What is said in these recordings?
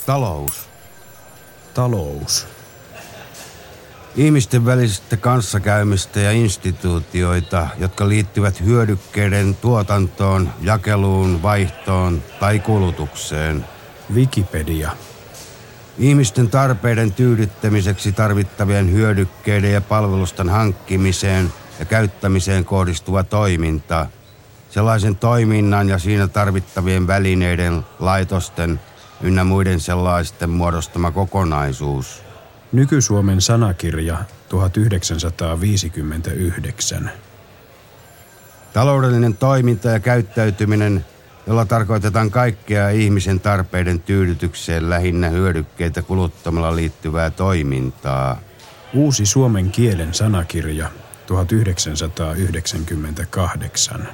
Talous. Talous. Ihmisten välisestä kanssakäymistä ja instituutioita, jotka liittyvät hyödykkeiden tuotantoon, jakeluun, vaihtoon tai kulutukseen. Wikipedia. Ihmisten tarpeiden tyydyttämiseksi tarvittavien hyödykkeiden ja palvelusten hankkimiseen ja käyttämiseen kohdistuva toiminta. Sellaisen toiminnan ja siinä tarvittavien välineiden, laitosten ynnä muiden sellaisten muodostama kokonaisuus. Nyky-Suomen sanakirja 1959. Taloudellinen toiminta ja käyttäytyminen, jolla tarkoitetaan kaikkea ihmisen tarpeiden tyydytykseen lähinnä hyödykkeitä kuluttamalla liittyvää toimintaa. Uusi suomen kielen sanakirja 1998.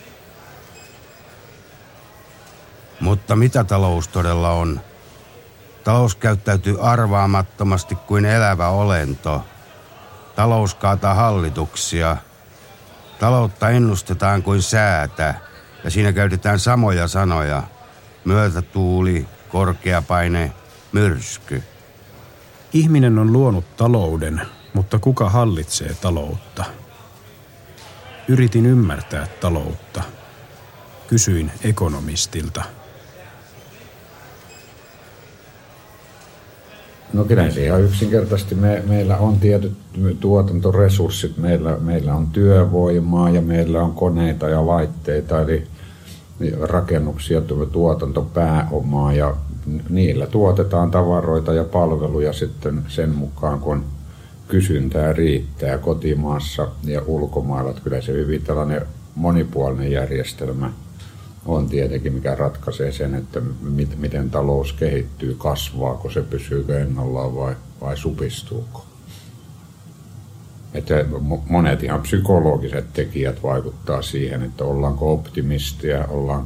Mutta mitä talous todella on? Talous käyttäytyy arvaamattomasti kuin elävä olento. Talous kaataa hallituksia. Taloutta ennustetaan kuin säätä, ja siinä käytetään samoja sanoja. Myötätuuli, korkeapaine, myrsky. Ihminen on luonut talouden, mutta kuka hallitsee taloutta? Yritin ymmärtää taloutta. Kysyin ekonomistilta. No kyllä se ihan yksinkertaisesti. Meillä on tietyt tuotantoresurssit, meillä on työvoimaa ja meillä on koneita ja laitteita, eli rakennuksia, tuotantopääomaa ja niillä tuotetaan tavaroita ja palveluja sitten sen mukaan, kun kysyntää riittää kotimaassa ja ulkomailla. Että kyllä se hyvin tällainen monipuolinen järjestelmä on tietenkin, mikä ratkaisee sen, että miten talous kehittyy, kasvaako se, pysyykö ennallaan vai supistuuko. Että monet ihan psykologiset tekijät vaikuttaa siihen, että ollaanko optimistia,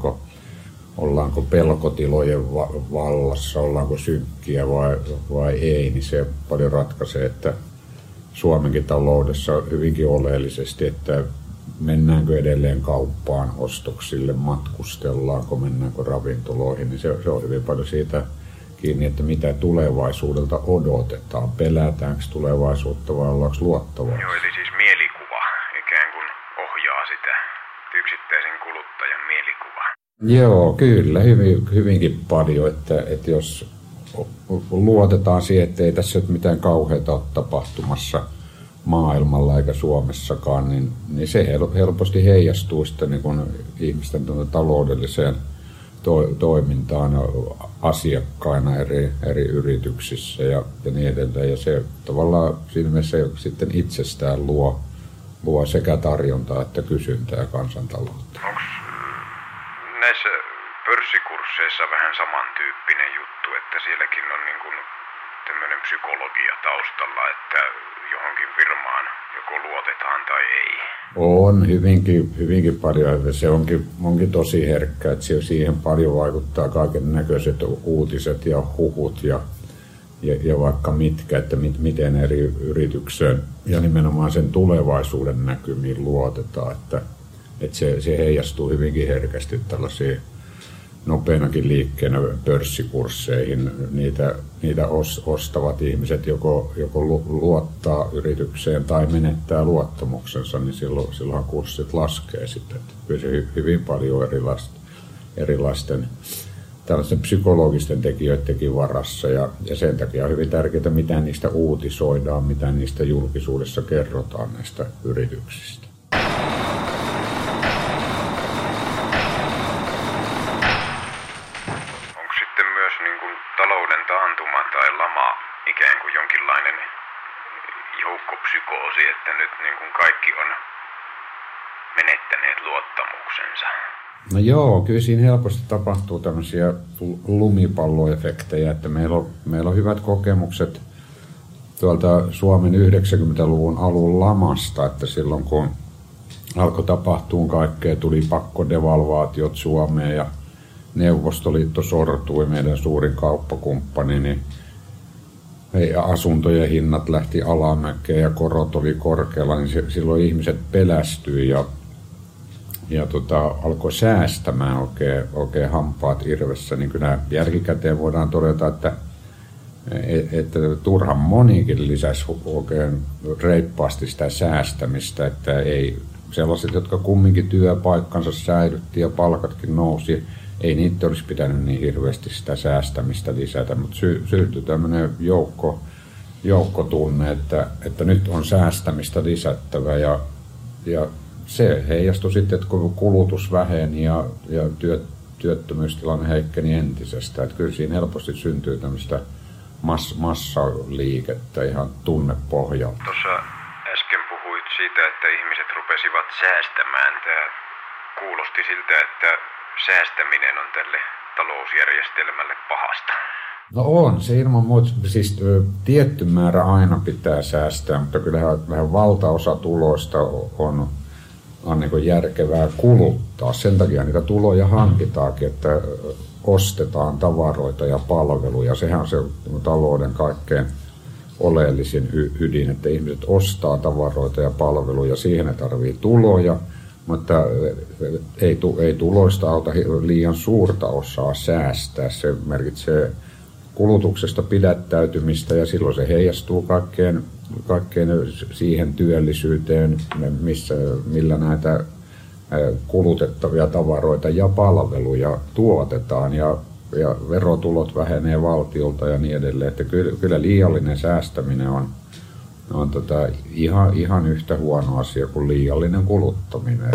ollaanko pelkotilojen vallassa, ollaanko synkkiä vai ei, niin se paljon ratkaisee, että Suomenkin taloudessa hyvinkin oleellisesti, että mennäänkö edelleen kauppaan, ostoksille, matkustellaanko, mennäänkö ravintoloihin, niin se on hyvin paljon siitä kiinni, että mitä tulevaisuudelta odotetaan. Pelätäänkö tulevaisuutta vai ollaanko luottavaisia? Joo, eli siis mielikuva ikään kuin ohjaa sitä yksittäisen kuluttajan mielikuvaa. Joo, kyllä, hyvinkin paljon, että jos luotetaan siihen, että ei tässä mitään kauheata ole tapahtumassa maailmalla eikä Suomessakaan, niin se helposti heijastuu sitten niin kuin ihmisten taloudelliseen toimintaan asiakkaina eri yrityksissä ja niin edelleen. Ja se tavallaan siinä mielessä sitten itsestään luo sekä tarjontaa että kysyntää kansantaloutta. Onko näissä pörssikursseissa vähän samantyyppinen juttu, että sielläkin on niin kuin tämmöinen psykologia taustalla, että johonkin firmaan joko luotetaan tai ei? On hyvinkin paljon. Se onkin tosi herkkä, että siihen paljon vaikuttaa kaiken näköiset uutiset ja huhut ja vaikka mitkä, että miten eri yritykseen ja nimenomaan sen tulevaisuuden näkymiin luotetaan, että se heijastuu hyvinkin herkästi tällaisiin nopeinakin liikkeenä pörssikursseihin. Niitä ostavat ihmiset joko luottaa yritykseen tai menettää luottamuksensa, niin silloin kurssit laskee sitten. Kyllä se hyvin paljon erilaisten tällaisten psykologisten tekijöidenkin varassa ja sen takia on hyvin tärkeää, mitä niistä uutisoidaan, mitä niistä julkisuudessa kerrotaan näistä yrityksistä. Ikään kuin jonkinlainen joukkopsykoosi, että nyt niin kuin kaikki on menettäneet luottamuksensa. No joo, kyllä siinä helposti tapahtuu tämmöisiä lumipalloefektejä, että meillä on hyvät kokemukset tuolta Suomen 90-luvun alun lamasta, että silloin kun alkoi tapahtua kaikkea, tuli pakkodevalvaatiot Suomeen ja Neuvostoliitto sortui, meidän suurin kauppakumppani, niin asuntojen hinnat lähti alamäkeen ja korot oli korkealla, niin silloin ihmiset pelästyi alkoi säästämään oikein hampaat irvessä, niin kyllä jälkikäteen voidaan todeta, että turhan monikin lisäsi oikein reippaasti sitä säästämistä, että ei sellaiset, jotka kumminkin työpaikkansa säilytti ja palkatkin nousi, ei niitä olisi pitänyt niin hirveästi sitä säästämistä lisätä, mutta syntyi tämmöinen joukkotunne, että nyt on säästämistä lisättävä ja se heijastui sitten, että kun kulutus väheni ja työttömyystilanne heikkeni entisestään, että kyllä siinä helposti syntyy tämmöistä massaliikettä ihan tunnepohjalta. Tuossa äsken puhuit siitä, että ihmiset rupesivat säästämään. Tämä kuulosti siltä, että säästäminen on tälle talousjärjestelmälle pahasta. No on, se ilman muuta, siis tietty määrä aina pitää säästää, mutta kyllähän valtaosa tuloista on niin kuin järkevää kuluttaa. Sen takia niitä tuloja hankitaankin, että ostetaan tavaroita ja palveluja. Sehän on se talouden kaikkein oleellisin ydin, että ihmiset ostaa tavaroita ja palveluja. Siihen ne tarvitsee tuloja, mutta ei tuloista auta liian suurta osaa säästää. Se merkitsee kulutuksesta pidättäytymistä ja silloin se heijastuu kaikkeen siihen työllisyyteen, millä näitä kulutettavia tavaroita ja palveluja tuotetaan ja verotulot vähenee valtiolta ja niin edelleen. Että kyllä liiallinen säästäminen on ihan yhtä huono asia kuin liiallinen kuluttaminen.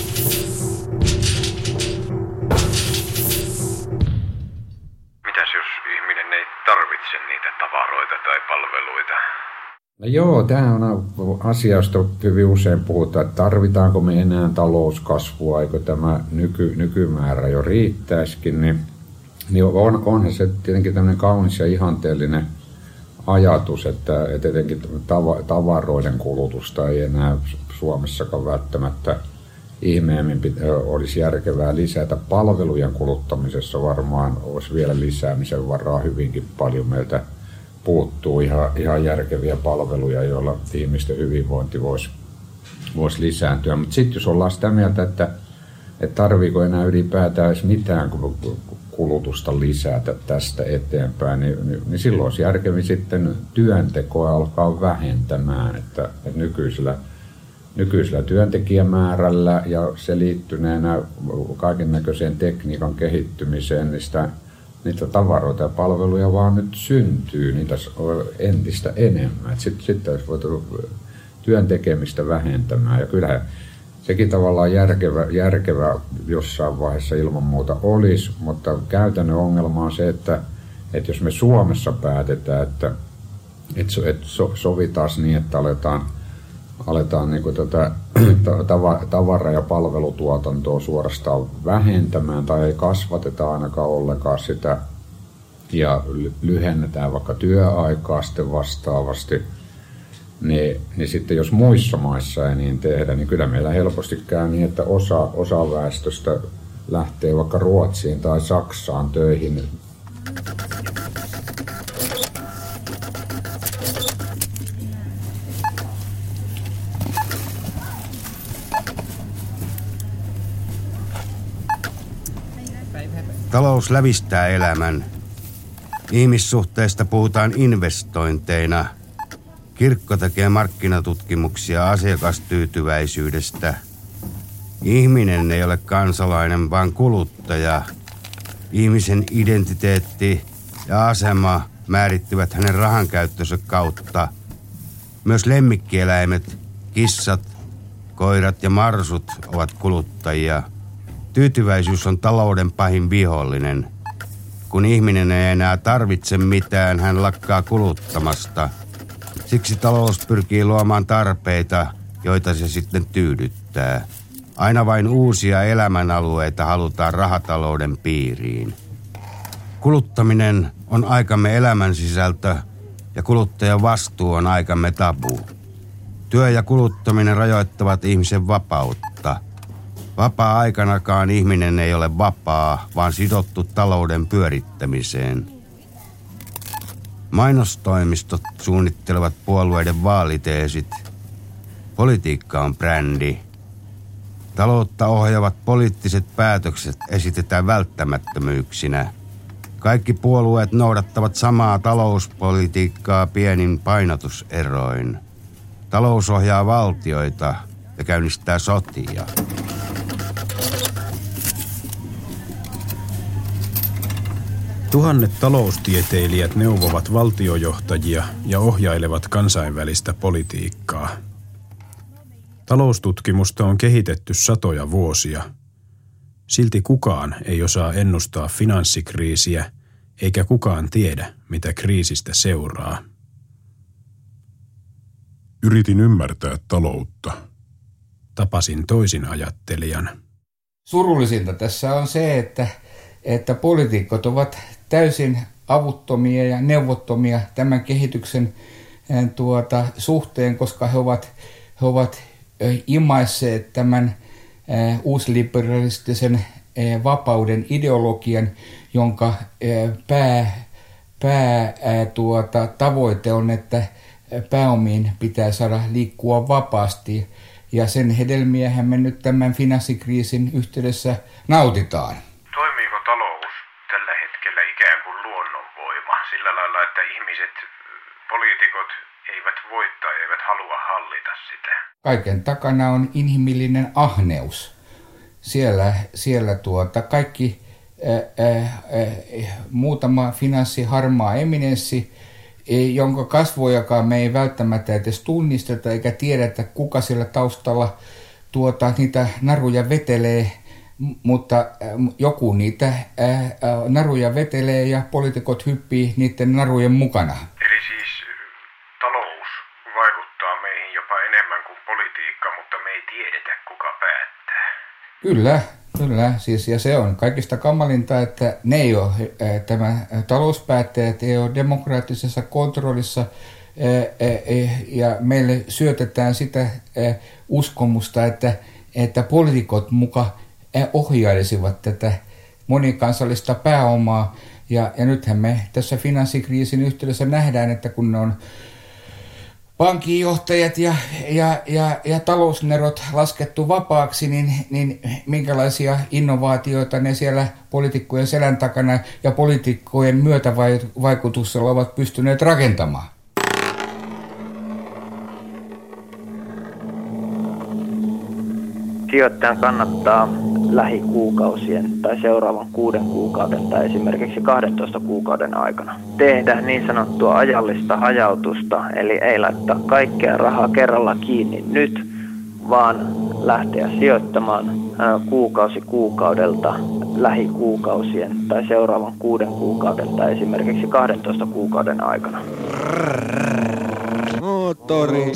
Mitäs jos ihminen ei tarvitse niitä tavaroita tai palveluita? No joo, tämä on asia, josta hyvin usein puhutaan, että tarvitaanko me enää talouskasvua, eikö tämä nykymäärä jo riittäisikin, niin onhan se tietenkin tämmöinen kaunis ja ihanteellinen ajatus, että etenkin tavaroiden kulutusta ei enää Suomessakaan välttämättä ihmeemmin olisi järkevää lisätä. Palvelujen kuluttamisessa varmaan olisi vielä lisäämisen varaa hyvinkin paljon. Meiltä puuttuu ihan järkeviä palveluja, joilla ihmisten hyvinvointi voisi lisääntyä. Mutta sitten jos ollaan sitä mieltä, että tarviiko enää ylipäätään edes mitään kulutusta lisätä tästä eteenpäin, niin silloin olisi järkevin sitten työntekoa alkaa vähentämään, että nykyisellä työntekijämäärällä ja se liittyneenä kaiken näköiseen tekniikan kehittymiseen, niitä tavaroita ja palveluja vaan nyt syntyy, niitä entistä enemmän. Sitten olisi voitu työn tekemistä vähentämään ja kyllähän sekin tavallaan järkevä jossain vaiheessa ilman muuta olisi, mutta käytännön ongelma on se, että jos me Suomessa päätetään, että sovitaan niin, että aletaan niin kuin tavara- ja palvelutuotantoa suorastaan vähentämään tai ei kasvateta ainakaan ollenkaan sitä ja lyhennetään vaikka työaikaa sitten vastaavasti, niin sitten jos muissa maissa ei niin tehdä, niin kyllä meillä helposti käy niin, että osa väestöstä lähtee vaikka Ruotsiin tai Saksaan töihin. Talous lävistää elämän. Ihmissuhteista puhutaan investointeina. Kirkko tekee markkinatutkimuksia asiakastyytyväisyydestä. Ihminen ei ole kansalainen, vaan kuluttaja. Ihmisen identiteetti ja asema määrittyvät hänen rahankäyttönsä kautta. Myös lemmikkieläimet, kissat, koirat ja marsut ovat kuluttajia. Tyytyväisyys on talouden pahin vihollinen. Kun ihminen ei enää tarvitse mitään, hän lakkaa kuluttamasta. Siksi talous pyrkii luomaan tarpeita, joita se sitten tyydyttää. Aina vain uusia elämänalueita halutaan rahatalouden piiriin. Kuluttaminen on aikamme elämän sisältö ja kuluttajan vastuu on aikamme tabu. Työ ja kuluttaminen rajoittavat ihmisen vapautta. Vapaa-aikanakaan ihminen ei ole vapaa, vaan sidottu talouden pyörittämiseen. Mainostoimistot suunnittelevat puolueiden vaaliteesit. Politiikka on brändi. Taloutta ohjaavat poliittiset päätökset esitetään välttämättömyyksinä. Kaikki puolueet noudattavat samaa talouspolitiikkaa pienin painotuseroin. Talous ohjaa valtioita ja käynnistää sotia. Tuhannet taloustieteilijät neuvovat valtiojohtajia ja ohjailevat kansainvälistä politiikkaa. Taloustutkimusta on kehitetty satoja vuosia. Silti kukaan ei osaa ennustaa finanssikriisiä, eikä kukaan tiedä, mitä kriisistä seuraa. Yritin ymmärtää taloutta. Tapasin toisin ajattelijan. Surullisinta tässä on se, että poliitikot ovat täysin avuttomia ja neuvottomia tämän kehityksen suhteen, koska he ovat imaisseet tämän uusliberalistisen vapauden ideologian, jonka tavoite on, että pääomiin pitää saada liikkua vapaasti. Ja sen hedelmiähän me nyt tämän finanssikriisin yhteydessä nautitaan. Toimiiko talous tällä hetkellä ikään kuin luonnonvoima sillä lailla, että ihmiset, poliitikot eivät voi tai eivät halua hallita sitä? Kaiken takana on inhimillinen ahneus. Siellä kaikki muutama finanssiharmaa eminenssi, jonka kasvojakaan me ei välttämättä edes tunnisteta eikä tiedetä, kuka siellä taustalla niitä naruja vetelee, mutta joku niitä naruja vetelee ja poliitikot hyppii niiden narujen mukana. Eli siis talous vaikuttaa meihin jopa enemmän kuin politiikka, mutta me ei tiedetä, kuka päättää. Kyllä. Siis, ja se on kaikista kamalinta, että ne ei ole, talouspäättäjät ei ole demokraattisessa kontrollissa ja meille syötetään sitä uskomusta, että poliitikot muka ohjailisivat tätä monikansallista pääomaa. Ja nythän me tässä finanssikriisin yhteydessä nähdään, että kun ne on pankinjohtajat ja talousnerot laskettu vapaaksi, niin minkälaisia innovaatioita ne siellä poliitikkojen selän takana ja poliitikkojen myötävaikutuksella ovat pystyneet rakentamaan. Sijoittajan kannattaa lähikuukausien tai seuraavan 6 kuukauden tai esimerkiksi 12 kuukauden aikana tehdä niin sanottua ajallista hajautusta, eli ei laittaa kaikkea rahaa kerralla kiinni nyt, vaan lähteä sijoittamaan kuukausi kuukaudelta lähikuukausien tai seuraavan 6 kuukauden tai esimerkiksi 12 kuukauden aikana. Moottori.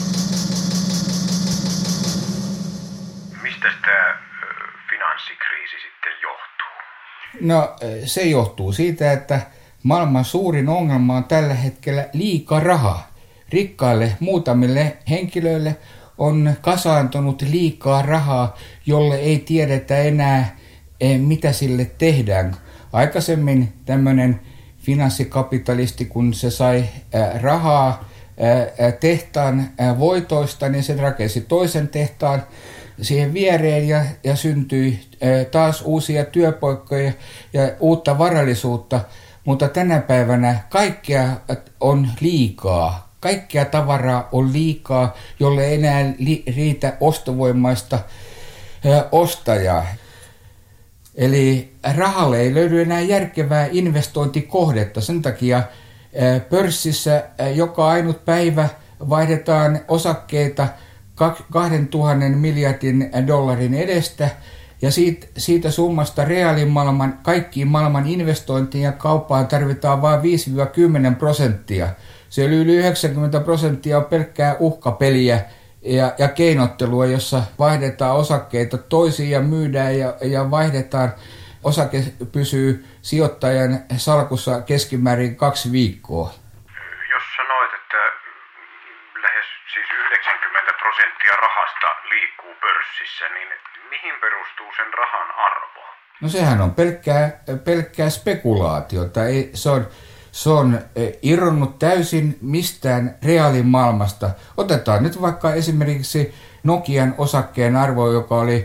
Mistä tämä finanssikriisi sitten johtuu? No se johtuu siitä, että maailman suurin ongelma on tällä hetkellä liika raha. Rikkaille muutamille henkilöille on kasaantunut liikaa rahaa, jolle ei tiedetä enää, mitä sille tehdään. Aikaisemmin tämmöinen finanssikapitalisti, kun se sai rahaa tehtaan voitoista, niin se rakensi toisen tehtaan siihen viereen ja syntyi taas uusia työpaikkoja ja uutta varallisuutta, mutta tänä päivänä kaikkea on liikaa. Kaikkea tavaraa on liikaa, jolle ei enää riitä ostovoimaista ostajaa. Eli rahalle ei löydy enää järkevää investointikohdetta. Sen takia pörssissä joka ainut päivä vaihdetaan osakkeita 2,000 miljardin dollarin edestä, ja siitä summasta reaalimaailman, kaikkiin maailman investointiin ja kauppaan tarvitaan vain 5-10%. Se yli 90% on pelkkää uhkapeliä ja keinottelua, jossa vaihdetaan osakkeita toisiin ja myydään ja vaihdetaan. Osake pysyy sijoittajan salkussa keskimäärin 2 viikkoa. Jos sanoit, että lähes siis 90% rahasta liikkuu pörssissä, niin mihin perustuu sen rahan arvo? No sehän on pelkkää spekulaatiota. Se on irronnut täysin mistään reaalimaailmasta. Otetaan nyt vaikka esimerkiksi Nokian osakkeen arvo, joka oli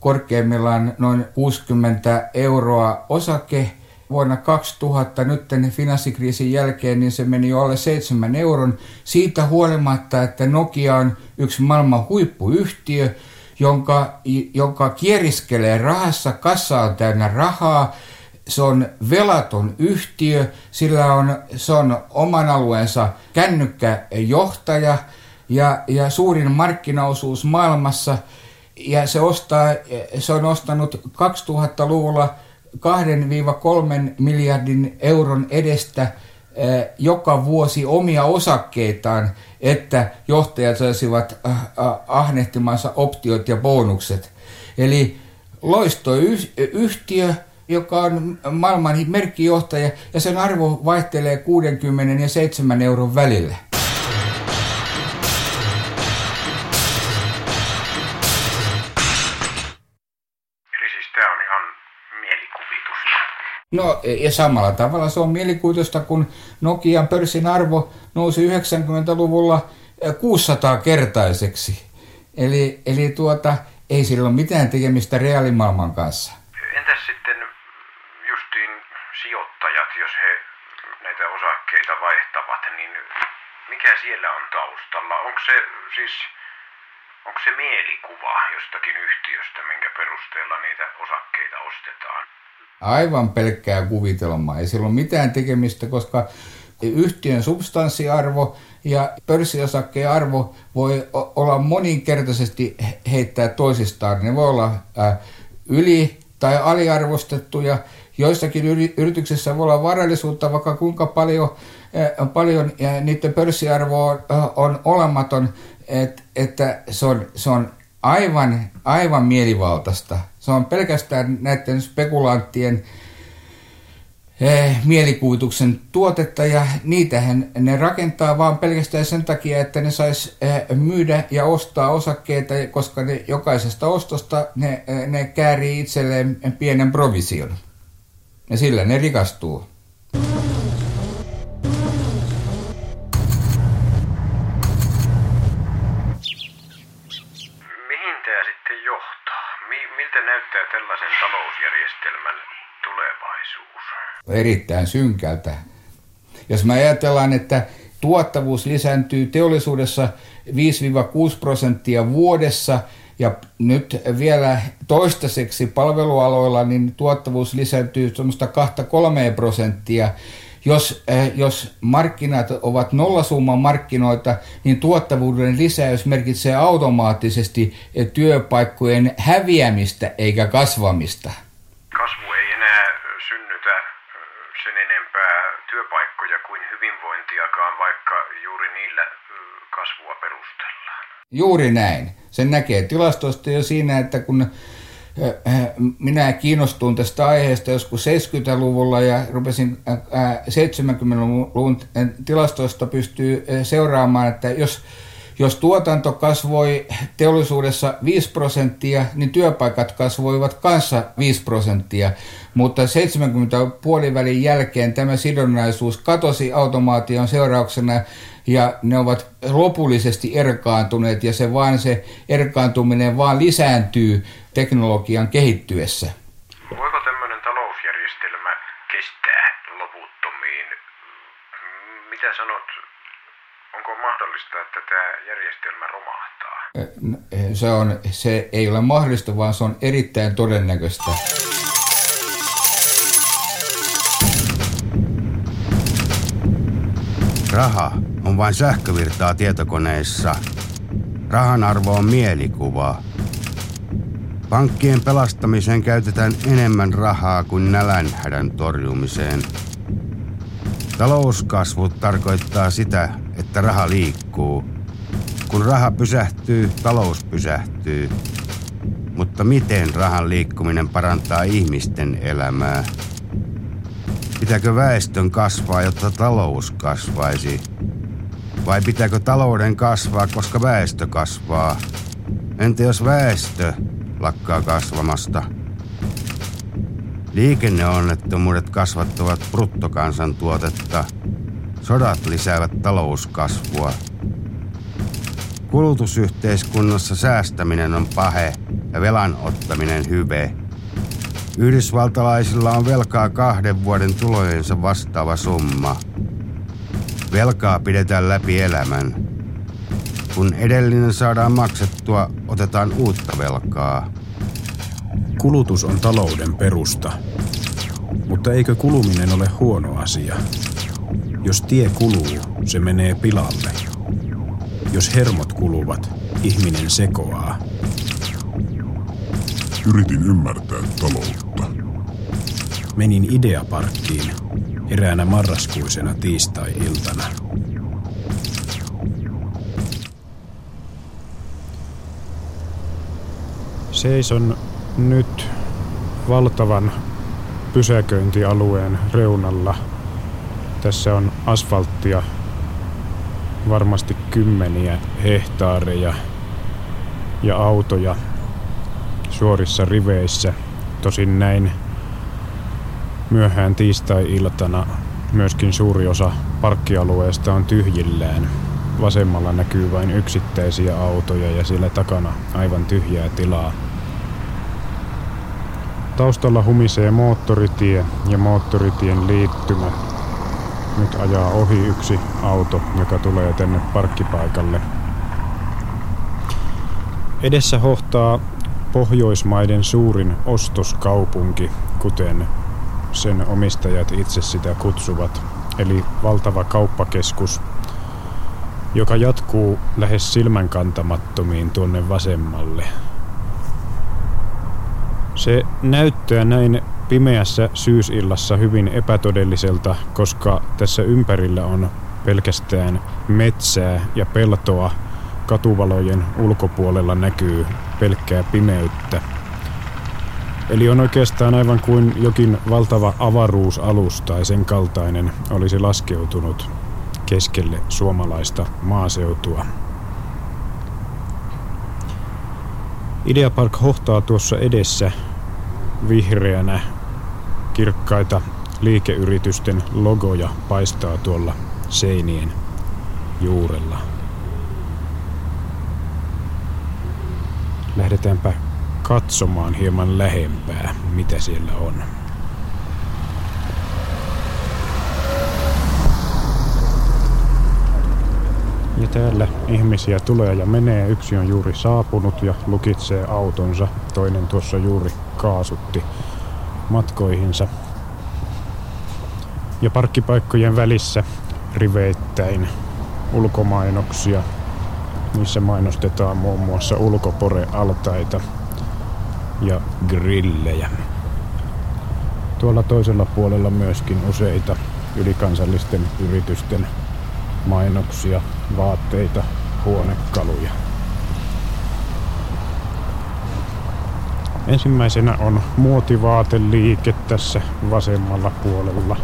korkeimmillaan noin 60 € osake. Vuonna 2000 nyt finanssikriisin jälkeen niin se meni jo alle 7 euron. Siitä huolimatta, että Nokia on yksi maailman huippuyhtiö, jonka kieriskelee rahassa, kassa on täynnä rahaa. Se on velaton yhtiö, se on oman alueensa kännykkäjohtaja ja suurin markkinaosuus maailmassa. Ja se on ostanut 2000-luvulla 2-3 miljardin euron edestä joka vuosi omia osakkeitaan, että johtajat saisivat ahnehtimansa optiot ja bonukset. Eli loistoyhtiö, joka on maailman merkkijohtaja, ja sen arvo vaihtelee 60 ja 7 euron välillä. Eli siis tämä on ihan mielikuvitusta. No ja samalla tavalla se on mielikuvitusta, kun Nokian pörssin arvo nousi 90-luvulla 600-kertaiseksi. Eli ei sillä ole mitään tekemistä reaalimaailman kanssa. Entäs sitten justiin sijoittajat, jos he näitä osakkeita vaihtavat, niin mikä siellä on taustalla? Onko se mielikuva jostakin yhtiöstä, minkä perusteella niitä osakkeita ostetaan? Aivan pelkkää kuvitelmaa. Ei sillä ole mitään tekemistä, koska yhtiön substanssiarvo ja pörssiosakkeiden arvo voi olla moninkertaisesti heittää toisistaan. Ne voi olla yli- tai aliarvostettuja. Joissakin yrityksissä voi olla varallisuutta vaikka kuinka paljon ja niiden pörssiarvo on olematon, että se on aivan mielivaltaista. Se on pelkästään näiden spekulanttien mielikuvituksen tuotetta, ja niitähän ne rakentaa vaan pelkästään sen takia, että ne sais myydä ja ostaa osakkeita, koska ne jokaisesta ostosta ne käärii itselleen pienen provision. Ja sillä ne rikastuu. Mihin tämä sitten johtaa? Miltä näyttää tällaisen talousjärjestelmän tulevaisuus? Erittäin synkältä. Jos me ajatellaan, että tuottavuus lisääntyy teollisuudessa 5-6% vuodessa, ja nyt vielä toistaiseksi palvelualoilla niin tuottavuus lisääntyy semmoista 2-3%. Jos markkinat ovat nollasumman markkinoita, niin tuottavuuden lisäys merkitsee automaattisesti työpaikkojen häviämistä eikä kasvamista. Kasvu ei enää synnytä sen enempää työpaikkoja kuin hyvinvointiakaan, vaikka juuri niillä kasvua perustellaan. Juuri näin. Sen näkee tilastoista jo siinä, että kun minä kiinnostuin tästä aiheesta joskus 70-luvulla ja rupesin 70-luvun tilastoista pystyy seuraamaan, että jos tuotanto kasvoi teollisuudessa 5%, niin työpaikat kasvoivat kanssa 5%, mutta 70 puolivälin jälkeen tämä sidonnaisuus katosi automaation seurauksena, ja ne ovat lopullisesti erkaantuneet, ja se erkaantuminen vaan lisääntyy teknologian kehittyessä. Voiko tämmöinen talousjärjestelmä kestää loputtomiin? Mitä sanot, onko mahdollista, että tämä järjestelmä romahtaa? Se ei ole mahdollista, vaan se on erittäin todennäköistä. Raha on vain sähkövirtaa tietokoneissa. Rahan arvo on mielikuva. Pankkien pelastamiseen käytetään enemmän rahaa kuin nälänhädän torjumiseen. Talouskasvu tarkoittaa sitä, että raha liikkuu. Kun raha pysähtyy, talous pysähtyy. Mutta miten rahan liikkuminen parantaa ihmisten elämää? Pitääkö väestön kasvaa, jotta talous kasvaisi? Vai pitääkö talouden kasvaa, koska väestö kasvaa? Entä jos väestö lakkaa kasvamasta? Liikenneonnettomuudet kasvattavat bruttokansantuotetta. Sodat lisäävät talouskasvua. Kulutusyhteiskunnassa säästäminen on pahe ja velan ottaminen hyve. Yhdysvaltalaisilla on velkaa 2 vuoden tulojensa vastaava summa. Velkaa pidetään läpi elämän. Kun edellinen saadaan maksettua, otetaan uutta velkaa. Kulutus on talouden perusta. Mutta eikö kuluminen ole huono asia? Jos tie kuluu, se menee pilalle. Jos hermot kuluvat, ihminen sekoaa. Yritin ymmärtää taloutta. Menin Ideaparkkiin eräänä marraskuisena tiistai-iltana. Seison nyt valtavan pysäköintialueen reunalla. Tässä on asfalttia varmasti 10 hehtaareja ja autoja suorissa riveissä. Tosin näin myöhään tiistai-iltana myöskin suuri osa parkkialueesta on tyhjillään. Vasemmalla näkyy vain yksittäisiä autoja ja siellä takana aivan tyhjää tilaa. Taustalla humisee moottoritie ja moottoritien liittymä. Nyt ajaa ohi yksi auto, joka tulee tänne parkkipaikalle. Edessä hohtaa Pohjoismaiden suurin ostoskaupunki, kuten sen omistajat itse sitä kutsuvat, eli valtava kauppakeskus, joka jatkuu lähes silmänkantamattomiin tuonne vasemmalle. Se näyttää näin pimeässä syysillassa hyvin epätodelliselta, koska tässä ympärillä on pelkästään metsää ja peltoa. Katuvalojen ulkopuolella näkyy pelkkää pimeyttä. Eli on oikeastaan aivan kuin jokin valtava avaruusalus tai sen kaltainen olisi laskeutunut keskelle suomalaista maaseutua. Ideapark hohtaa tuossa edessä vihreänä. Kirkkaita liikeyritysten logoja paistaa tuolla seinien juurella. Lähdetäänpä katsomaan hieman lähempää, mitä siellä on. Ja täällä ihmisiä tulee ja menee. Yksi on juuri saapunut ja lukitsee autonsa. Toinen tuossa juuri kaasutti matkoihinsa. Ja parkkipaikkojen välissä riveittäin ulkomainoksia. Niissä mainostetaan muun muassa ulkoporealtaita ja grillejä. Tuolla toisella puolella myöskin useita ylikansallisten yritysten mainoksia, vaatteita, huonekaluja. Ensimmäisenä on muotivaateliike tässä vasemmalla puolella.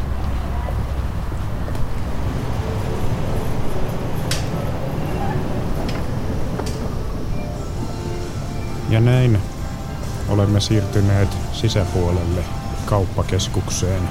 Ja näin olemme siirtyneet sisäpuolelle kauppakeskukseen.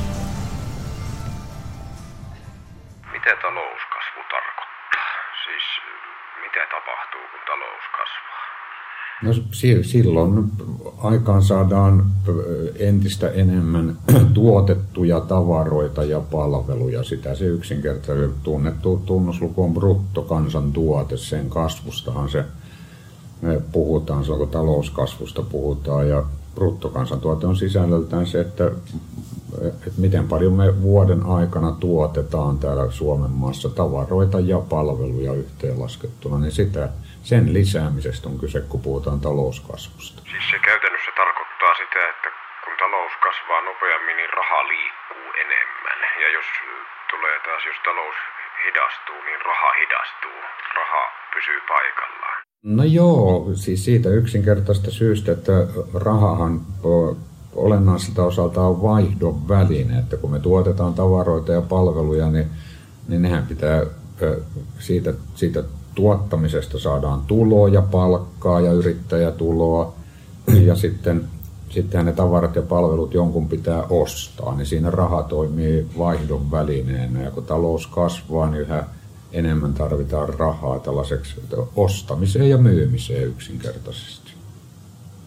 Mitä talouskasvu tarkoittaa? Siis mitä tapahtuu, kun talous kasvaa? No silloin aikaan saadaan entistä enemmän tuotettuja tavaroita ja palveluja. Sitä se yksinkertaisesti tunnettu tunnusluku on bruttokansantuote. Sen kasvustahan me puhutaan, silloin kun talouskasvusta puhutaan, ja bruttokansantuote on sisällöltään se, että miten paljon me vuoden aikana tuotetaan täällä Suomen maassa tavaroita ja palveluja yhteenlaskettuna, niin sen lisäämisestä on kyse, kun puhutaan talouskasvusta. Siis se käytännössä tarkoittaa sitä, että kun talous kasvaa nopeammin, niin raha liikkuu enemmän. Ja jos talous hidastuu, niin raha hidastuu. Raha pysyy paikallaan. No joo, siis siitä yksinkertaisesta syystä, että rahahan olennaiselta osalta on vaihdon väline, että kun me tuotetaan tavaroita ja palveluja, niin nehän pitää siitä tuottamisesta saadaan tuloa, palkkaa ja yrittäjätuloa, ja sitten ne tavarat ja palvelut jonkun pitää ostaa, niin siinä raha toimii vaihdon välineenä, ja kun talous kasvaa, niin yhä enemmän tarvitaan rahaa tällaiseksi ostamiseen ja myymiseen yksinkertaisesti.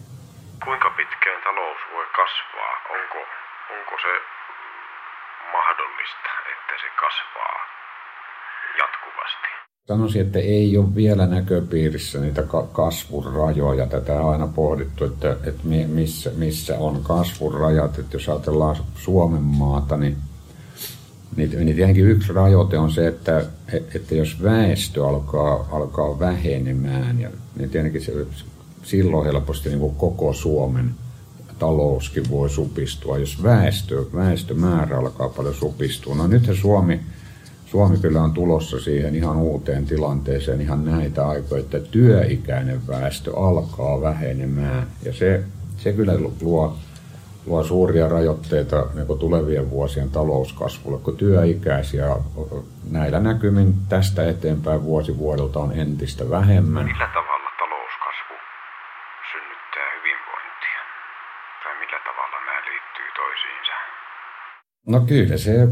talous voi kasvaa? Onko se mahdollista, että se kasvaa jatkuvasti? Sanoisin, että ei ole vielä näköpiirissä niitä kasvun rajoja. Tätä on aina pohdittu, että missä on kasvun rajat. Että jos ajatellaan Suomen maata, niin tietenkin yksi rajoite on se, että jos väestö alkaa vähenemään, niin tietenkin silloin helposti niin kuin koko Suomen talouskin voi supistua, jos väestömäärä alkaa paljon supistua. No nythän Suomi kyllä on tulossa siihen ihan uuteen tilanteeseen ihan näitä aikoja, että työikäinen väestö alkaa vähenemään. Ja se kyllä luo suuria rajoitteita niin tulevien vuosien talouskasvulle, kun työikäisiä näillä näkymin tästä eteenpäin vuosi vuodelta on entistä vähemmän. Millä tavalla talouskasvu synnyttää hyvinvointia? Tai millä tavalla nämä liittyy toisiinsa? No kyllä se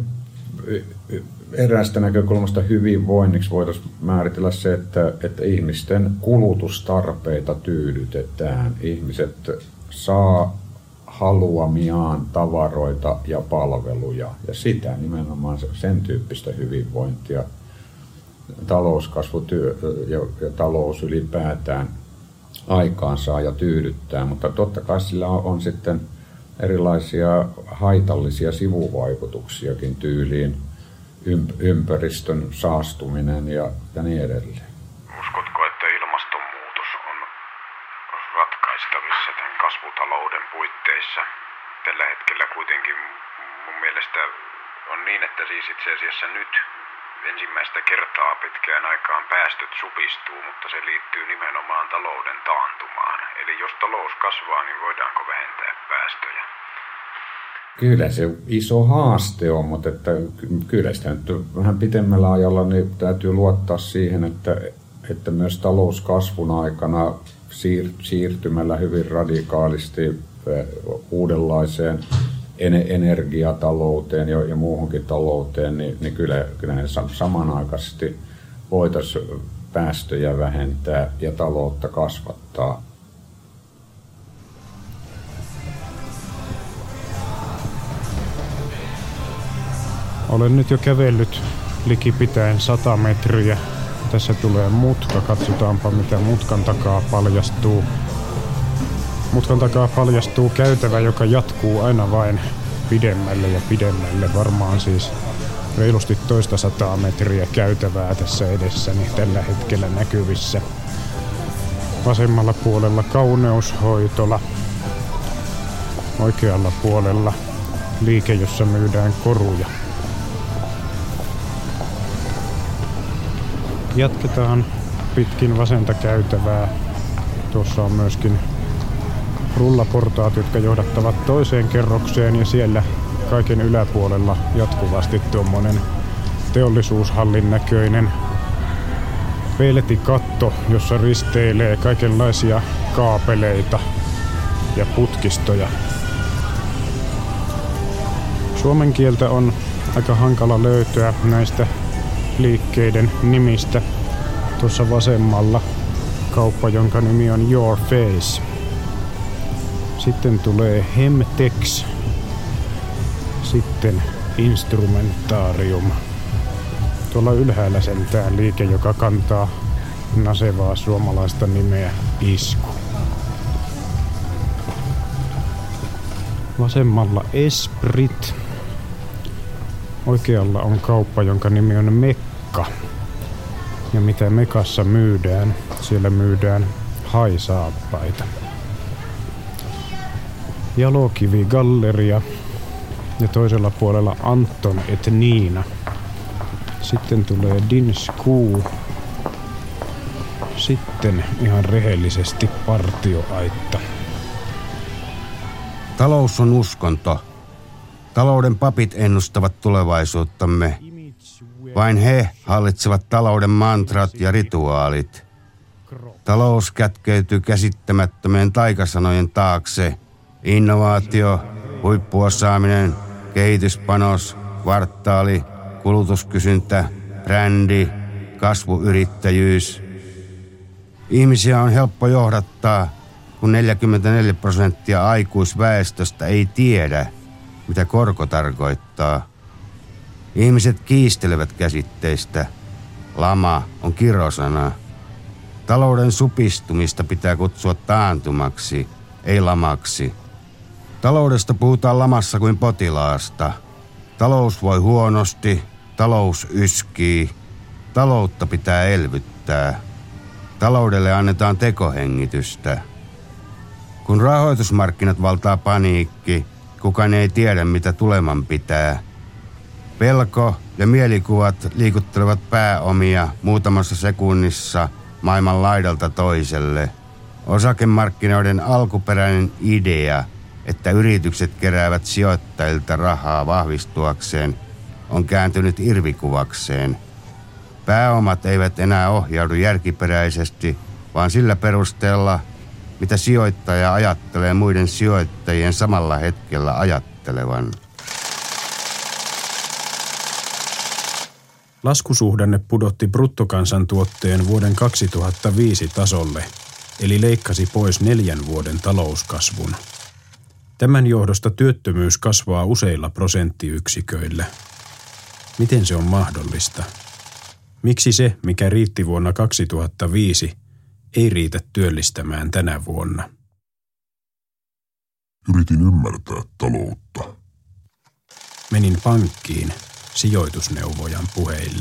eräästä näkökulmasta hyvinvoinniksi voitaisiin määritellä se, että ihmisten kulutustarpeita tyydytetään. Ihmiset saa haluamiaan tavaroita ja palveluja ja sitä nimenomaan sen tyyppistä hyvinvointia talouskasvu ja talous ylipäätään aikaansaa ja tyydyttää, mutta totta kai sillä on sitten erilaisia haitallisia sivuvaikutuksiakin tyyliin ympäristön saastuminen ja niin edelleen. Uskotko, että ilmastonmuutos on ratkaistavissa tämän kasvutalouden puitteissa? Tällä hetkellä kuitenkin mun mielestä on niin, että siis itse asiassa nyt ensimmäistä kertaa pitkään aikaan päästöt supistuu, mutta se liittyy nimenomaan talouden taantumaan. Eli jos talous kasvaa, niin voidaanko vähentää päästöjä? Kyllä se iso haaste on, mutta että kyllä sitä nyt vähän pitemmällä ajalla niin täytyy luottaa siihen, että myös talouskasvun aikana siirtymällä hyvin radikaalisti uudenlaiseen energiatalouteen ja muuhunkin talouteen, niin kyllä samanaikaisesti voitaisiin päästöjä vähentää ja taloutta kasvattaa. Olen nyt jo kävellyt likipitäen 100 metriä. Tässä tulee mutka. Katsotaanpa mitä mutkan takaa paljastuu. Mutkan takaa paljastuu käytävä, joka jatkuu aina vain pidemmälle ja pidemmälle. Varmaan siis reilusti 200 metriä käytävää tässä edessäni tällä hetkellä näkyvissä. Vasemmalla puolella kauneushoitola. Oikealla puolella liike, jossa myydään koruja. Jatketaan pitkin vasenta käytävää. Tuossa on myöskin rullaportaat, jotka johdattavat toiseen kerrokseen ja siellä kaiken yläpuolella jatkuvasti tuommoinen teollisuushallin näköinen peltikatto, jossa risteilee kaikenlaisia kaapeleita ja putkistoja. Suomen kieltä on aika hankala löytää näistä liikkeiden nimistä. Tuossa vasemmalla kauppa, jonka nimi on Your Face. Sitten tulee Hemtex. Sitten Instrumentarium. Tuolla ylhäällä sentään liike, joka kantaa nasevaa suomalaista nimeä Isku. Vasemmalla Esprit. Oikealla on kauppa, jonka nimi on Mekka. Ja mitä Mekassa myydään? Siellä myydään haisaappaita. Jalokivi Galleria. Ja toisella puolella Anton et Niina. Sitten tulee Dinskuu. Sitten ihan rehellisesti partioaitta. Talous on uskonto. Talouden papit ennustavat tulevaisuuttamme. Vain he hallitsevat talouden mantrat ja rituaalit. Talous kätkeytyy käsittämättömien taikasanojen taakse. Innovaatio, huippuosaaminen, kehityspanos, kvartaali, kulutuskysyntä, brändi, kasvuyrittäjyys. Ihmisiä on helppo johdattaa, kun 44% aikuisväestöstä ei tiedä, mitä korko tarkoittaa. Ihmiset kiistelevät käsitteistä. Lama on kirosana. Talouden supistumista pitää kutsua taantumaksi, ei lamaksi. Taloudesta puhutaan lamassa kuin potilaasta. Talous voi huonosti, talous yskii. Taloutta pitää elvyttää. Taloudelle annetaan tekohengitystä. Kun rahoitusmarkkinat valtaa paniikki, kukaan ei tiedä, mitä tuleman pitää. Pelko ja mielikuvat liikuttelevat pääomia muutamassa sekunnissa maailman laidalta toiselle. Osakemarkkinoiden alkuperäinen idea, että yritykset keräävät sijoittajilta rahaa vahvistuakseen, on kääntynyt irvikuvakseen. Pääomat eivät enää ohjaudu järkiperäisesti, vaan sillä perusteella, mitä sijoittaja ajattelee muiden sijoittajien samalla hetkellä ajattelevan. Laskusuhdanne pudotti bruttokansantuotteen vuoden 2005 tasolle, eli leikkasi pois 4 vuoden talouskasvun. Tämän johdosta työttömyys kasvaa useilla prosenttiyksiköillä. Miten se on mahdollista? Miksi se, mikä riitti vuonna 2005, ei riitä työllistämään tänä vuonna? Yritin ymmärtää taloutta. Menin pankkiin sijoitusneuvojan puheille.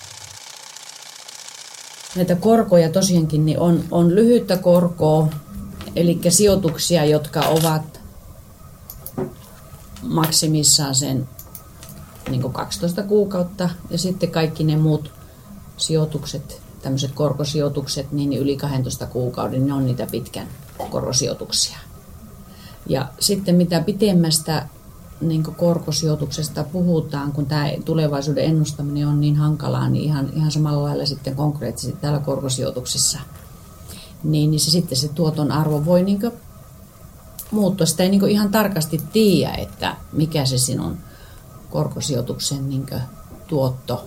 Näitä korkoja tosiaankin niin on lyhyttä korkoa, eli sijoituksia, jotka ovat maksimissaan sen niin 12 kuukautta, ja sitten kaikki ne muut sijoitukset, tämmöiset korkosijoitukset, niin yli 12 kuukauden, ne on niitä pitkän korkosijoituksia. Ja sitten mitä pitemmästä niin korkosijoituksesta puhutaan, kun tämä tulevaisuuden ennustaminen on niin hankalaa, niin ihan samalla lailla sitten konkreettisesti täällä korkosijoituksissa, niin se tuoton arvo voi niin muuttua. Sitä ei niin ihan tarkasti tiedä, että mikä se sinun korkosijoituksen niin tuotto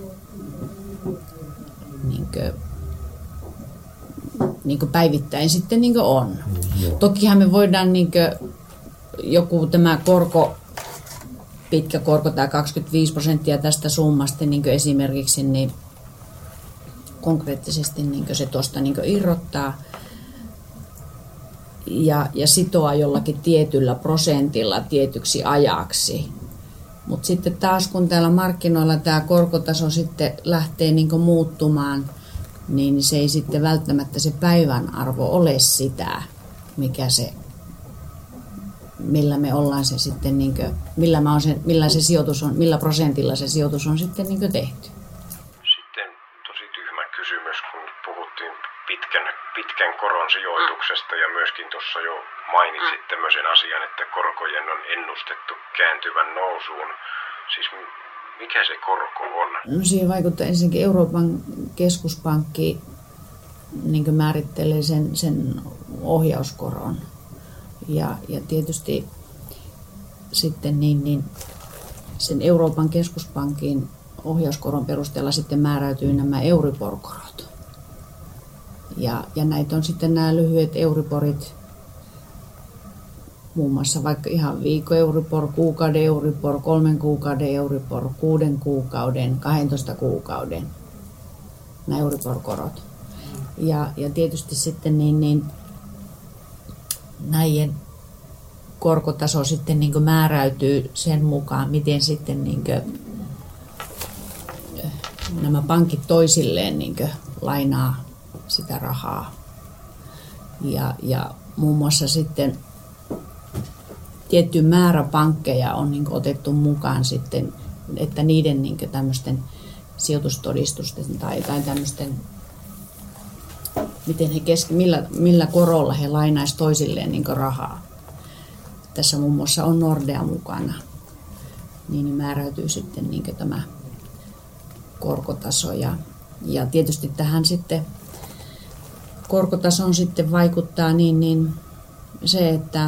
niin päivittäin sitten niin on. Tokihan me voidaan niin joku tämä pitkä korko, tämä 25% tästä summasta niin esimerkiksi, niin konkreettisesti niin se tuosta niin irrottaa ja sitoa jollakin tietyllä prosentilla tietyksi ajaksi. Mutta sitten taas kun täällä markkinoilla tämä korkotaso sitten lähtee niin muuttumaan, niin se ei sitten välttämättä se päivän arvo ole sitä, mikä se, millä me ollaan se sitten, niin kuin, millä se sijoitus on, millä prosentilla se sijoitus on sitten niin tehty. Sitten tosi tyhmä kysymys, kun puhuttiin pitkän koron sijoituksesta ja myöskin tuossa jo mainitsit tämmöisen asian, että korkojen on ennustettu kääntyvän nousuun. Siis mikä se korko on? No siihen vaikuttaa ensinnäkin Euroopan keskuspankki niin määrittelee sen ohjauskoron. Ja tietysti sitten niin sen Euroopan keskuspankin ohjauskoron perusteella sitten määräytyy nämä Euribor-korot. Ja näitä on sitten nämä lyhyet Euriborit, muun muassa vaikka ihan viikon Euribor, kuukauden Euribor, 3 kuukauden Euribor, 6 kuukauden, 12 kuukauden, nämä Euribor-korot. Ja tietysti sitten niin näiden korkotaso sitten niin määräytyy sen mukaan, miten sitten niin nämä pankit toisilleen niin lainaa sitä rahaa. Ja muun muassa sitten tietty määrä pankkeja on niin otettu mukaan sitten, että niiden niin tämmöisten sijoitustodistusten tai tämmöisten, miten he millä korolla he lainaisivat toisilleen niin rahaa. Tässä muun muassa on Nordea mukana. Niin määräytyy sitten niin tämä korkotaso. Ja tietysti tähän sitten korkotasoon sitten vaikuttaa niin se, että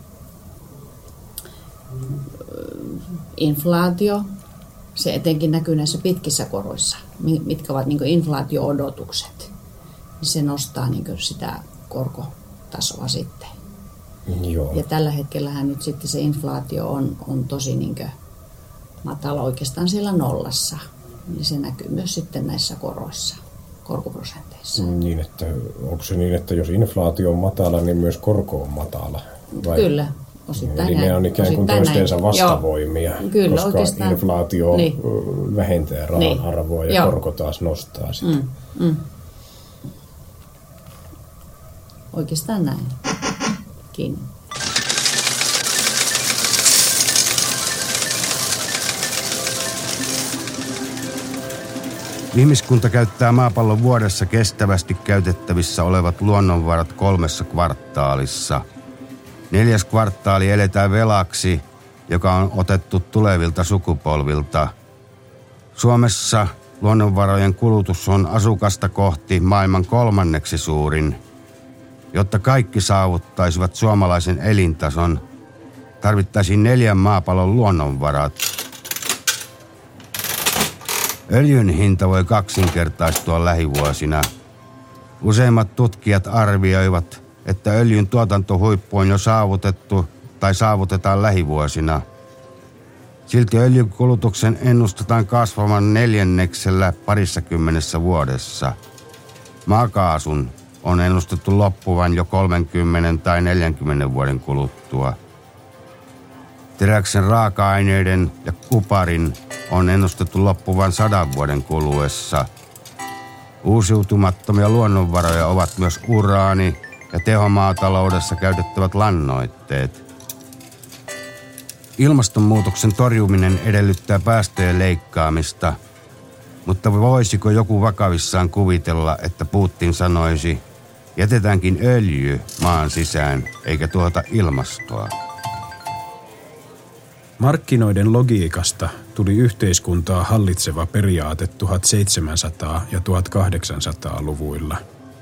inflaatio, se etenkin näkyy näissä pitkissä koroissa, mitkä ovat niin inflaatio-odotukset. Se nostaa niin sitä korkotasoa sitten. Joo. Ja tällä hetkellähän nyt sitten se inflaatio on tosi niinkö matala, oikeastaan siellä nollassa. Niin se näkyy myös sitten näissä koroissa, korkoprosenteissa. Niin, että onko se niin, että jos inflaatio on matala, niin myös korko on matala? Vai? Kyllä, osittain eli ne on ikään kuin toistensa vastavoimia, kyllä, koska oikeastaan inflaatio vähentää rahan arvoa ja korko taas nostaa sitä. Oikeastaan näinkin. Ihmiskunta käyttää maapallon vuodessa kestävästi käytettävissä olevat luonnonvarat 3 kvartaalissa. 4. kvartaali eletään velaksi, joka on otettu tulevilta sukupolvilta. Suomessa luonnonvarojen kulutus on asukasta kohti maailman 3. suurin. Jotta kaikki saavuttaisivat suomalaisen elintason, tarvittaisiin 4 maapallon luonnonvarat. Öljyn hinta voi kaksinkertaistua lähivuosina. Useimmat tutkijat arvioivat, että öljyn tuotantohuippu on jo saavutettu tai saavutetaan lähivuosina. Silti öljyn kulutuksen ennustetaan kasvavan 4 parissakymmenessä vuodessa. Maakaasun on ennustettu loppuvan jo 30 tai 40 vuoden kuluttua. Teräksen raaka-aineiden ja kuparin on ennustettu loppuvan 100 vuoden kuluessa. Uusiutumattomia luonnonvaroja ovat myös uraani ja tehomaataloudessa käytettävät lannoitteet. Ilmastonmuutoksen torjuminen edellyttää päästöjen leikkaamista, mutta voisiko joku vakavissaan kuvitella, että Putin sanoisi, jätetäänkin öljy maan sisään eikä tuota ilmastoa? Markkinoiden logiikasta tuli yhteiskuntaa hallitseva periaate 1700- ja 1800-luvuilla.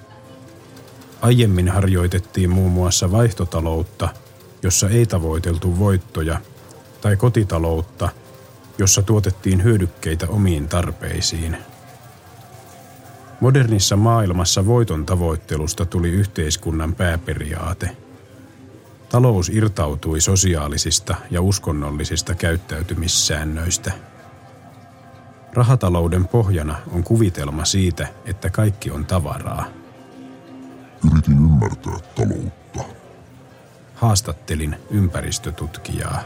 Aiemmin harjoitettiin muun muassa vaihtotaloutta, jossa ei tavoiteltu voittoja, tai kotitaloutta, jossa tuotettiin hyödykkeitä omiin tarpeisiin. Modernissa maailmassa voiton tavoittelusta tuli yhteiskunnan pääperiaate. Talous irtautui sosiaalisista ja uskonnollisista käyttäytymissäännöistä. Rahatalouden pohjana on kuvitelma siitä, että kaikki on tavaraa. Yritin ymmärtää taloutta. Haastattelin ympäristötutkijaa.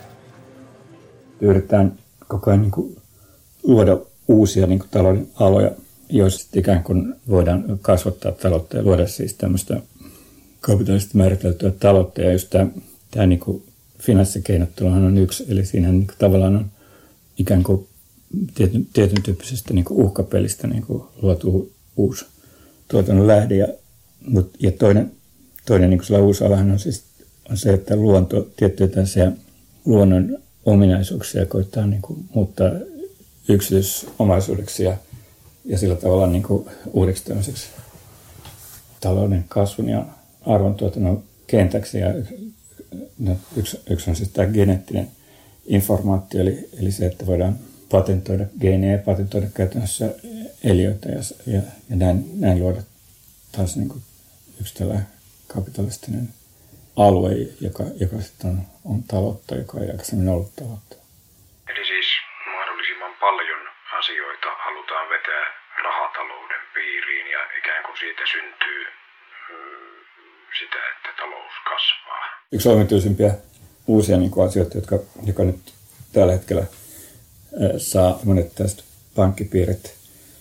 Yritetään koko ajan luoda uusia talouden aloja, joissa ikään kuin voidaan kasvattaa taloutta ja luoda siis tämmöistä kapitalisesti määriteltyä taloutta. Ja just tämä finanssikeinotteluhan on yksi, eli siinähän tavallaan on ikään kuin tietyn tyyppisestä uhkapelistä luotu uusi tuotannon lähde. Ja toinen uusi alahan on se, että luonto, tiettyjä tällaisia luonnon ominaisuuksia koittaa muuttaa yksityisomaisuudeksi ja sillä tavalla uudeksi tämmöiseksi talouden kasvun ja arvontuotannon kentäksi. Ja yksi on siis tämä geneettinen informaatio, eli se, että voidaan patentoida geenejä ja patentoida käytännössä eliöitä ja näin luoda taas yksi tällainen kapitalistinen alue, joka sitten on taloutta, joka ei aikaisemmin ollut taloutta. Eli siis mahdollisimman paljon asioita halutaan vetää rahatalouden piiriin ja ikään kuin siitä syntyy sitä, että talous kasvaa. Yksi omituisimpia uusia asioita, joka nyt tällä hetkellä saa monet tästä pankkipiirit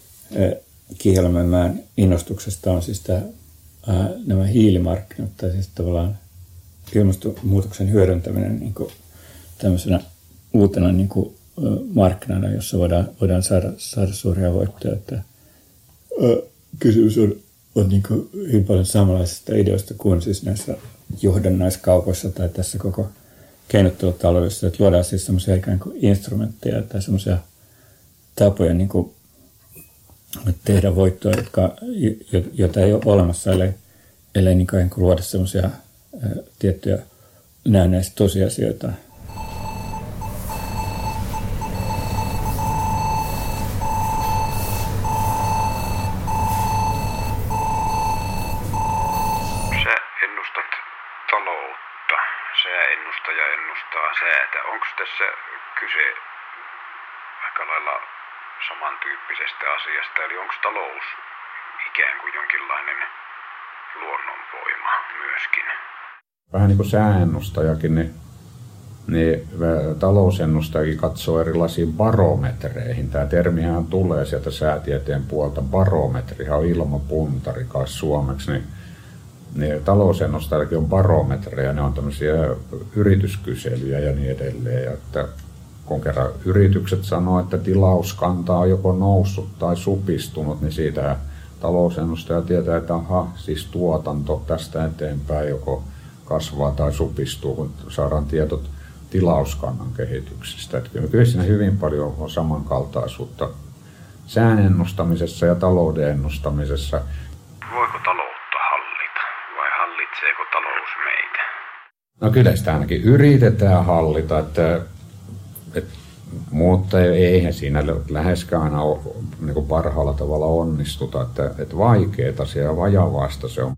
kihelmäämään innostuksesta on siis nämä hiilimarkkinat, tai siis tavallaan ilmastonmuutoksen hyödyntäminen tämmöisenä uutena markkinana, jossa voidaan saada suuria voittoja. Että, kysymys on hyvin paljon samanlaisista ideoista kuin siis näissä johdannaiskaupoissa tai tässä koko keinottelutaloudessa, että luodaan siis semmoisia ikään kuin instrumentteja tai semmoisia tapoja tehdä voittoa, joita ei ole olemassa, ellei ikään kuin luoda semmoisia tiettyjä näennäisiä tosiasioita. Sä ennustat taloutta kiinnostaa se, että onko tässä kyse aika lailla samantyyppisestä asiasta, eli onko talous ikään kuin jonkinlainen luonnonvoima myöskin? Vähän niin kuin sääennustajakin, niin talousennustajakin katsoo erilaisiin barometreihin. Tämä termihän tulee sieltä säätieteen puolta. Barometrihan on ilmapuntari kai suomeksi. Niin talousennustajallakin on barometreja, ne on tämmöisiä yrityskyselyjä ja niin edelleen. Ja että kun kerran yritykset sanoo, että tilauskanta on joko noussut tai supistunut, niin siitä talousennustaja tietää, että siis tuotanto tästä eteenpäin joko kasvaa tai supistuu, kun saadaan tiedot tilauskannan kehityksestä. Että kyllä siinä hyvin paljon on samankaltaisuutta sään ennustamisessa ja talouden ennustamisessa. Voiko taloutta hallita vai hallitseeko talous meitä? No kyllä sitä ainakin yritetään hallita, mutta eihän siinä läheskään aina ole niin parhaalla tavalla onnistuta, että vaikeaa se ja vajavaista se on.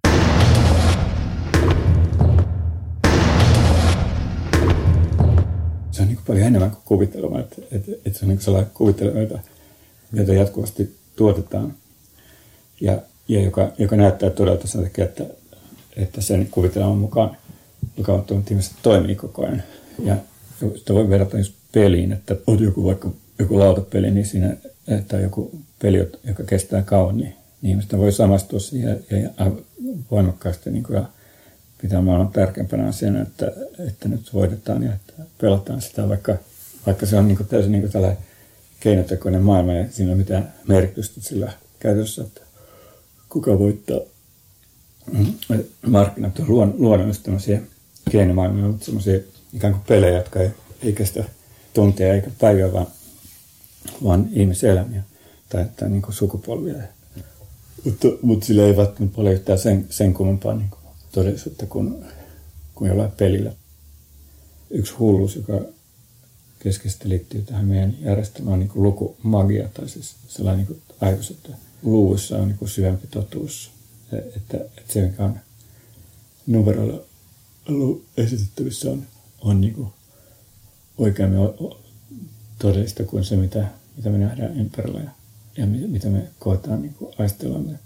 Se on niin paljon enemmän kuin kuvittelema, että se on niin sellainen kuvittelema, jota jatkuvasti tuotetaan ja joka näyttää todella sen takia, että sen kuvitelman mukaan ihmiset toimii koko ajan. Ja sitä voi verrata just peliin, että on vaikka joku lautapeli, niin siinä, tai joku peli, joka kestää kauan, niin ihmiset voi samastua siihen ja voimakkaasti niin ja pitää maailman tärkeimpänä asiana, että nyt voitetaan ja että pelataan sitä, vaikka se on niin täysin niin tällainen keinotekoinen maailma ja siinä ei ole mitään merkitystä sillä käytössä, että kuka voittaa. Markkinat on luonnollisesti tämmöisiä keinomaailmoja, mutta semmoisia ikään kuin pelejä, jotka ei kestä tunteja eikä päiviä, vaan ihmiselämiä tai niin kuin sukupolvia. Mutta sillä ei välttämättä paljon yhtään sen kummempaa niin kuin todellisuutta kuin jollain pelillä. Yksi hulluus, joka keskeisesti liittyy tähän meidän järjestelmään, on niin kuin lukumagia, tai siis sellainen niin kuin ajatus, että luvuissa on niin kuin syvempi totuus. Että se, mikä on numeroilla esitettävissä, on niin kuin oikeammin todellista kuin se, mitä me nähdään ympärillä ja mitä me koetaan niin kuin aistellamme.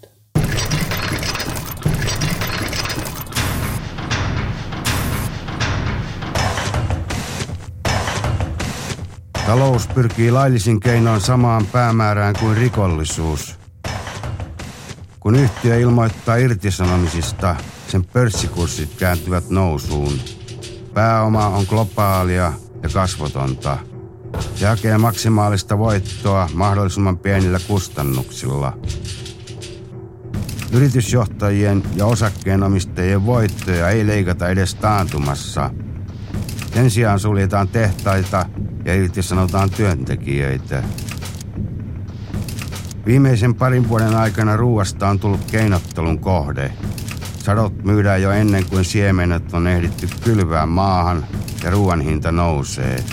Talous pyrkii laillisin keinoin samaan päämäärään kuin rikollisuus. Kun yhtiö ilmoittaa irtisanomisista, sen pörssikurssit kääntyvät nousuun. Pääoma on globaalia ja kasvotonta. Se hakee maksimaalista voittoa mahdollisimman pienillä kustannuksilla. Yritysjohtajien ja osakkeenomistajien voittoja ei leikata edes taantumassa. Sen sijaan suljetaan tehtaita ja irtisanotaan työntekijöitä. Viimeisen parin vuoden aikana ruuasta on tullut keinottelun kohde. Sadot myydään jo ennen kuin siemenet on ehditty kylvää maahan ja ruoan hinta nousee.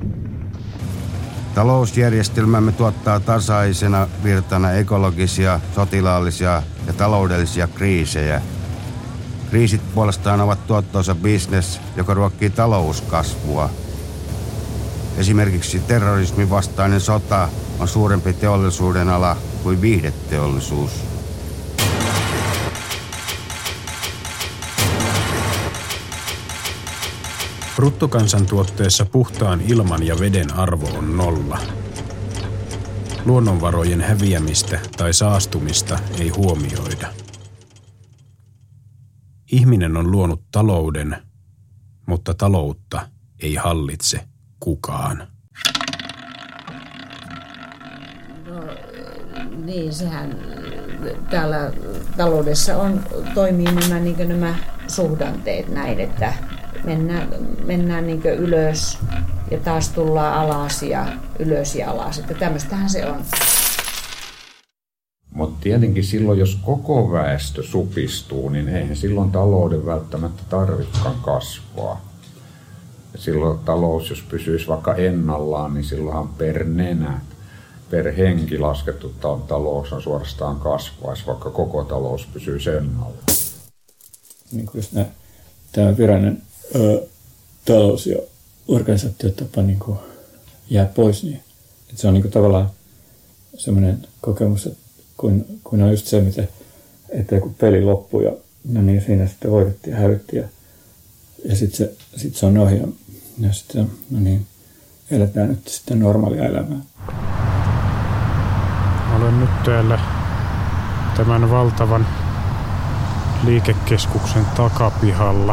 Talousjärjestelmämme tuottaa tasaisena virtana ekologisia, sotilaallisia ja taloudellisia kriisejä. Kriisit puolestaan ovat tuottoisa bisnes, joka ruokkii talouskasvua. Esimerkiksi terrorismin vastainen sota on suurempi teollisuuden ala kuin viihdeteollisuus. Bruttokansantuotteessa puhtaan ilman ja veden arvo on 0. Luonnonvarojen häviämistä tai saastumista ei huomioida. Ihminen on luonut talouden, mutta taloutta ei hallitse kukaan. No, niin, sehän täällä taloudessa toimii nämä suhdanteet näin, että mennään niin ylös ja taas tullaan alas ja ylös ja alas. Että tämmöistähän se on. Mutta tietenkin silloin, jos koko väestö supistuu, niin eihän silloin talouden välttämättä tarvitsekaan kasvaa. Ja silloin talous, jos pysyisi vaikka ennallaan, niin silloinhan per henki laskettu talous on suorastaan kasvaisi, vaikka koko talous pysyisi ennallaan. Niin kuin tämä virallinen talous- ja organisaatiotapa niin kuin jää pois. Niin. Että se on niin kuin tavallaan semmoinen kokemus, että kun on just se, että joku peli loppui ja no niin, siinä sitten voitettiin ja hävittiin ja sitten se on ohi ja sitten no niin, eletään nyt sitten normaalia elämää. Olen nyt täällä tämän valtavan liikekeskuksen takapihalla.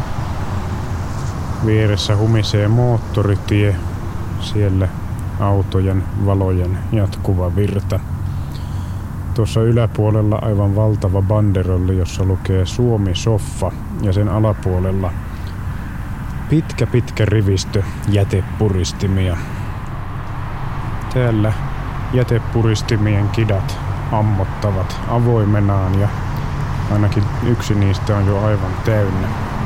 Vieressä humisee moottoritie, siellä autojen valojen jatkuva virta. Tuossa yläpuolella aivan valtava banderolli, jossa lukee Suomi-soffa ja sen alapuolella pitkä rivistö jätepuristimia. Täällä jätepuristimien kidat ammottavat avoimenaan ja ainakin yksi niistä on jo aivan täynnä.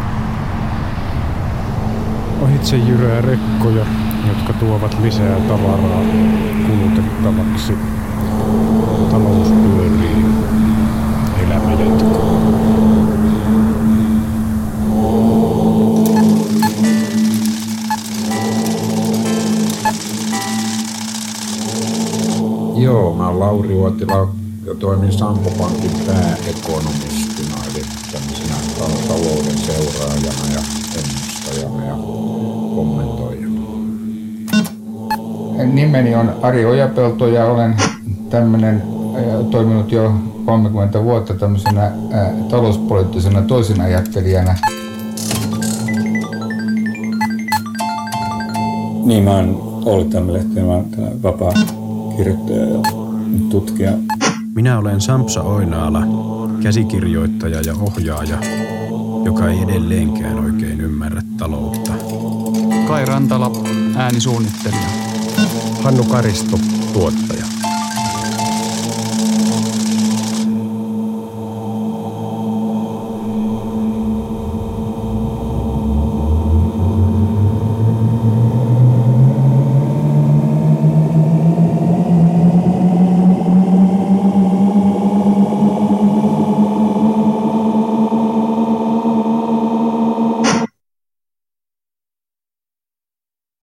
Ohitse jyrää rekkoja, jotka tuovat lisää tavaraa kulutettavaksi. Talous pyörii, elämä jatkuu. Joo, mä oon Lauri Uotila ja toimin Sampo Pankin pääekonomistina, eli tämmöisenä talouden seuraajana ja ennustajana ja kommentoijana. Nimeni on Ari Ojapelto ja olen toiminut jo 30 vuotta tämmöisenä talouspoliittisena toisinajattelijana. Niin, mä oon Olli Tammilehti, mä oon vapaa kirjoittaja ja tutkija. Minä olen Sampsa Oinaala, käsikirjoittaja ja ohjaaja, joka ei edelleenkään oikein ymmärrä taloutta. Kai Rantala, äänisuunnittelija. Hannu Karisto, tuottaja.